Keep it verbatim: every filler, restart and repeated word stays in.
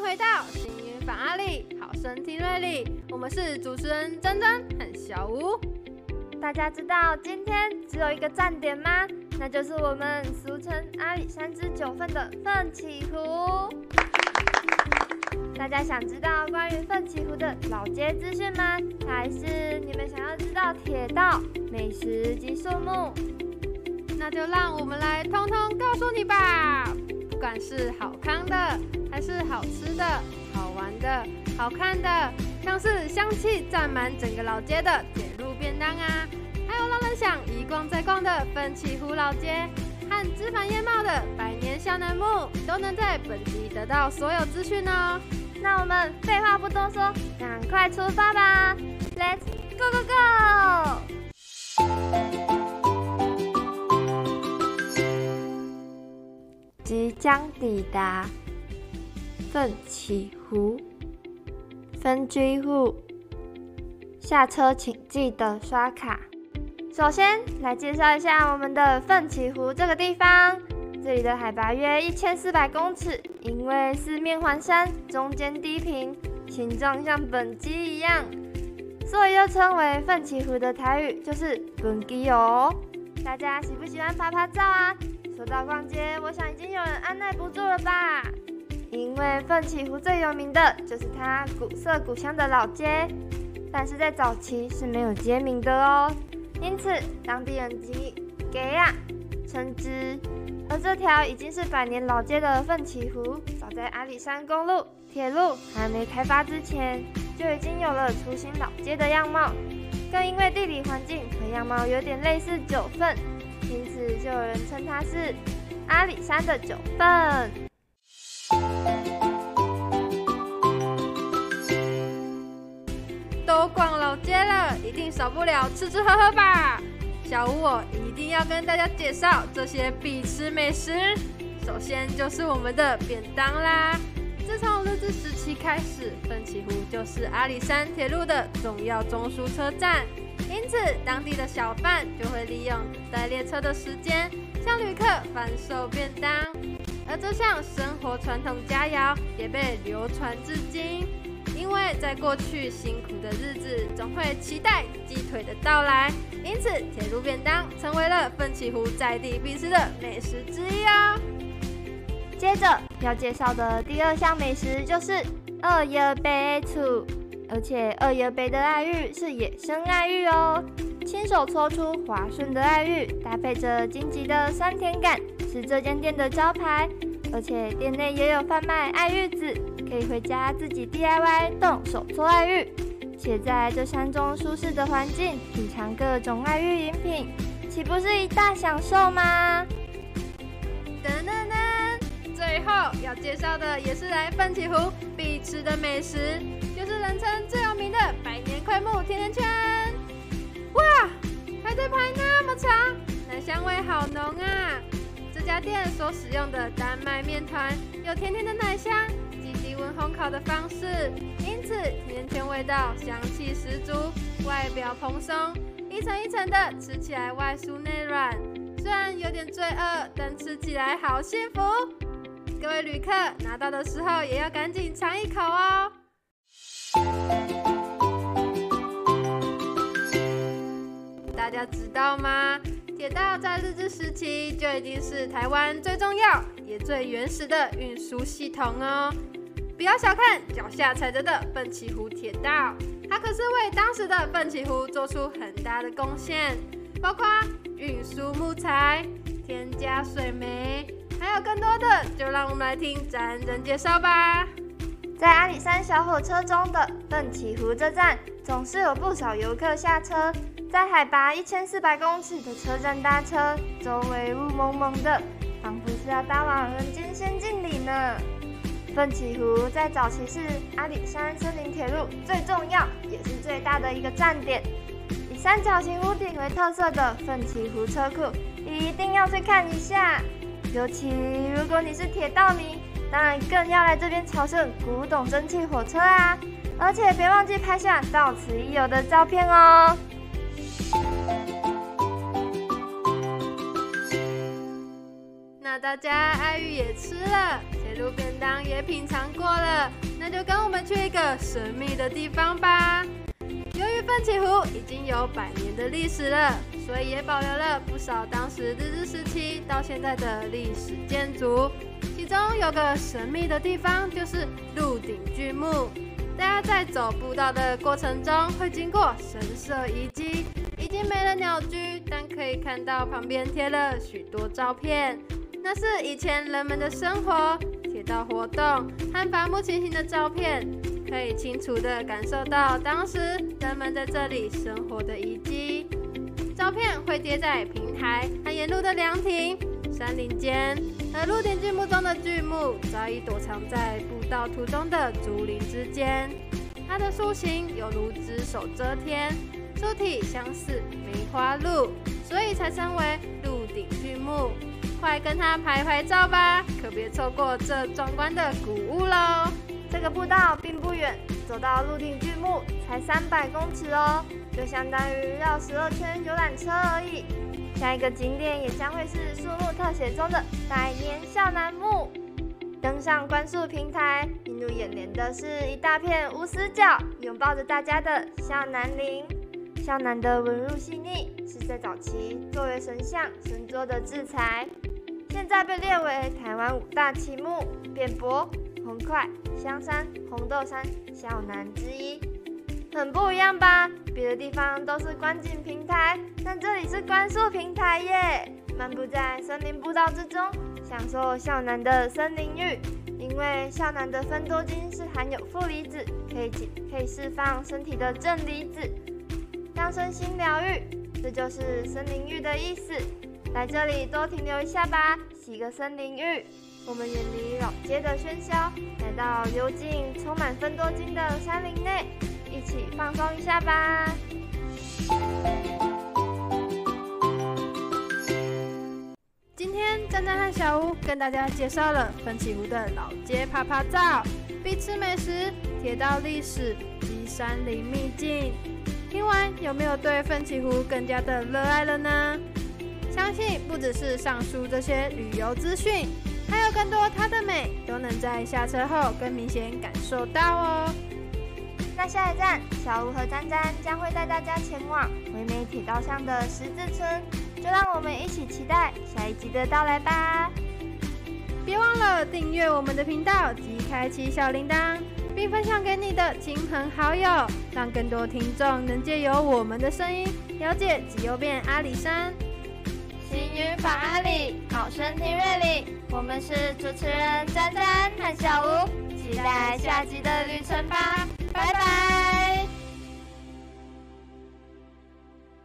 回到幸运访阿里，好身体瑞里，我们是主持人珍珍和小吴。 大家知道今天只有一个站点吗？那就是我们俗称阿里山之九份的奋起湖。大家想知道关于奋起湖的老街资讯吗？还是你们想要知道铁道、美食及树木？ 那就让我们来通通告诉你吧！不管是好康的，还是好吃的、好玩的、好看的，像是香气占满整个老街的铁路便当啊，还有让人想一逛再逛的奋起湖老街，和枝繁叶茂的百年小楠木，都能在本集得到所有资讯哦。 那我们废话不多说，赶快出发吧 ！Let's go go go！ 即将抵达奋起湖分居户，下车请记得刷卡。首先来介绍一下我们的奋起湖这个地方，这里的海拔约一千四百公尺，因为四面环山，中间低平，形状像本鸡一样，所以又称为奋起湖的台语就是本鸡哦。大家喜不喜欢拍拍照啊？说到逛街，我想已经有人按耐不住了吧？因为奋起湖最有名的就是它古色古香的老街，但是在早期是没有街名的哦，因此当地人以街啊称之。而这条已经是百年老街的奋起湖，早在阿里山公路、铁路还没开发之前，就已经有了雏形老街的样貌。更因为地理环境和样貌有点类似九份，因此就有人称它是阿里山的九份。 都逛老街了，一定少不了吃吃喝喝吧？小吴我一定要跟大家介绍这些必吃美食。首先就是我们的便当啦。自从日治时期开始，奋起湖就是阿里山铁路的重要中枢车站，因此当地的小贩就会利用等待列车的时间，向旅客贩售便当。而这项生活传统佳肴也被流传至今。因为在过去辛苦的日子，总会期待鸡腿的到来，因此铁路便当成为了奋起湖在地必吃的美食之一哦。 接着要介绍的第二项美食就是二叶杯醋，而且二叶杯的爱玉是野生爱玉哦，亲手搓出滑顺的爱玉，搭配着荆棘的酸甜感，是这间店的招牌。而且店内也有贩卖爱玉子，可以回家自己 D I Y 动手做爱玉，且在这山中舒适的环境品尝各种爱玉饮品，岂不是一大享受吗？ 噔噔噔，最后要介绍的也是来奋起湖必吃的美食，就是人称最有名的百年快木甜甜圈。哇，排队排那么长，奶香味好浓啊！这家店所使用的丹麦面团有甜甜的奶香及低温烘烤的方式，因此甜甜圈味道香气十足，外表蓬松，一层一层的，吃起来外酥内软。虽然有点罪恶，但吃起来好幸福。各位旅客拿到的时候也要赶紧尝一口哦。大家知道吗？铁道在日治时期就已经是台湾最重要也最原始的运输系统哦。不要小看脚下踩着的奋起湖铁道，它可是为当时的奋起湖做出很大的贡献，包括运输木材、添加水煤，还有更多的，就让我们来听詹珍介绍吧。 在阿里山小火车中的奋起湖这站，总是有不少游客下车。在海拔一千四百公尺的车站搭车，周围雾蒙蒙的，仿佛是要搭往人间仙境里呢。奋起湖在早期是阿里山森林铁路最重要也是最大的一个站点，以三角形屋顶为特色的奋起湖车库一定要去看一下。尤其如果你是铁道迷，当然更要来这边朝圣古董蒸汽火车啊！而且别忘记拍下到此一游的照片哦。 那那大家爱玉也吃了，铁路便当也品尝过了，那就跟我们去一个神秘的地方吧。由于奋起湖已经有百年的历史了，所以也保留了不少当时日治时期到现在的历史建筑。其中有个神秘的地方，就是鹿鼎巨墓。大家在走步道的过程中，会经过神社遗迹，已经没了鸟居，但可以看到旁边贴了许多照片，那是以前人们的生活、铁道活动和伐木情形的照片。可以清楚地感受到当时人们在这里生活的遗迹。照片会贴在平台和沿路的凉亭、山林间，而鹿鼎巨墓中的巨墓早已躲藏在步道途中的竹林之间。它的树形有如只手遮天，树体相似梅花鹿，所以才称为鹿鼎巨墓。快跟它拍拍照吧，可别错过这壮观的古物喽！ 这个步道并不远，走到鹿鼎巨墓才三百公尺哦，就相当于绕十二圈游览车而已。下一个景点也将会是树木特写中的百年孝南墓。登上观树平台，映入眼帘的是一大片无死角拥抱着大家的孝南陵。孝南的纹路细腻，是在早期作为神像神桌的制材，现在被列为台湾五大奇墓，扁柏、红块、香山、红豆杉、孝南之一。很不一样吧？别的地方都是观景平台，但这里是观树平台耶！漫步在森林步道之中，享受孝南的森林浴。因为孝南的芬多精是含有负离子，可以可以释放身体的正离子，让身心疗愈。这就是森林浴的意思。来这里多停留一下吧，洗个森林浴。我们远离老街的喧嚣，来到幽静充满芬多精的山林内，一起放松一下吧。 今天詹詹和小吴跟大家介绍了奋起湖的老街趴趴照、必吃美食、铁道历史及山林秘境。听完有没有对奋起湖更加的热爱了呢？相信不只是上述这些旅游资讯，还有更多它的美都能在下车后更明显感受到哦。 那下一站，小吴和詹詹将会带大家前往唯美铁道上的十字村，就让我们一起期待下一集的到来吧。 别忘了订阅我们的频道及开启小铃铛，并分享给你的亲朋好友，让更多听众能借由我们的声音了解及游遍阿里山。 行云访阿里，好声听瑞里，我们是主持人詹詹和小吴，期待下集的旅程吧。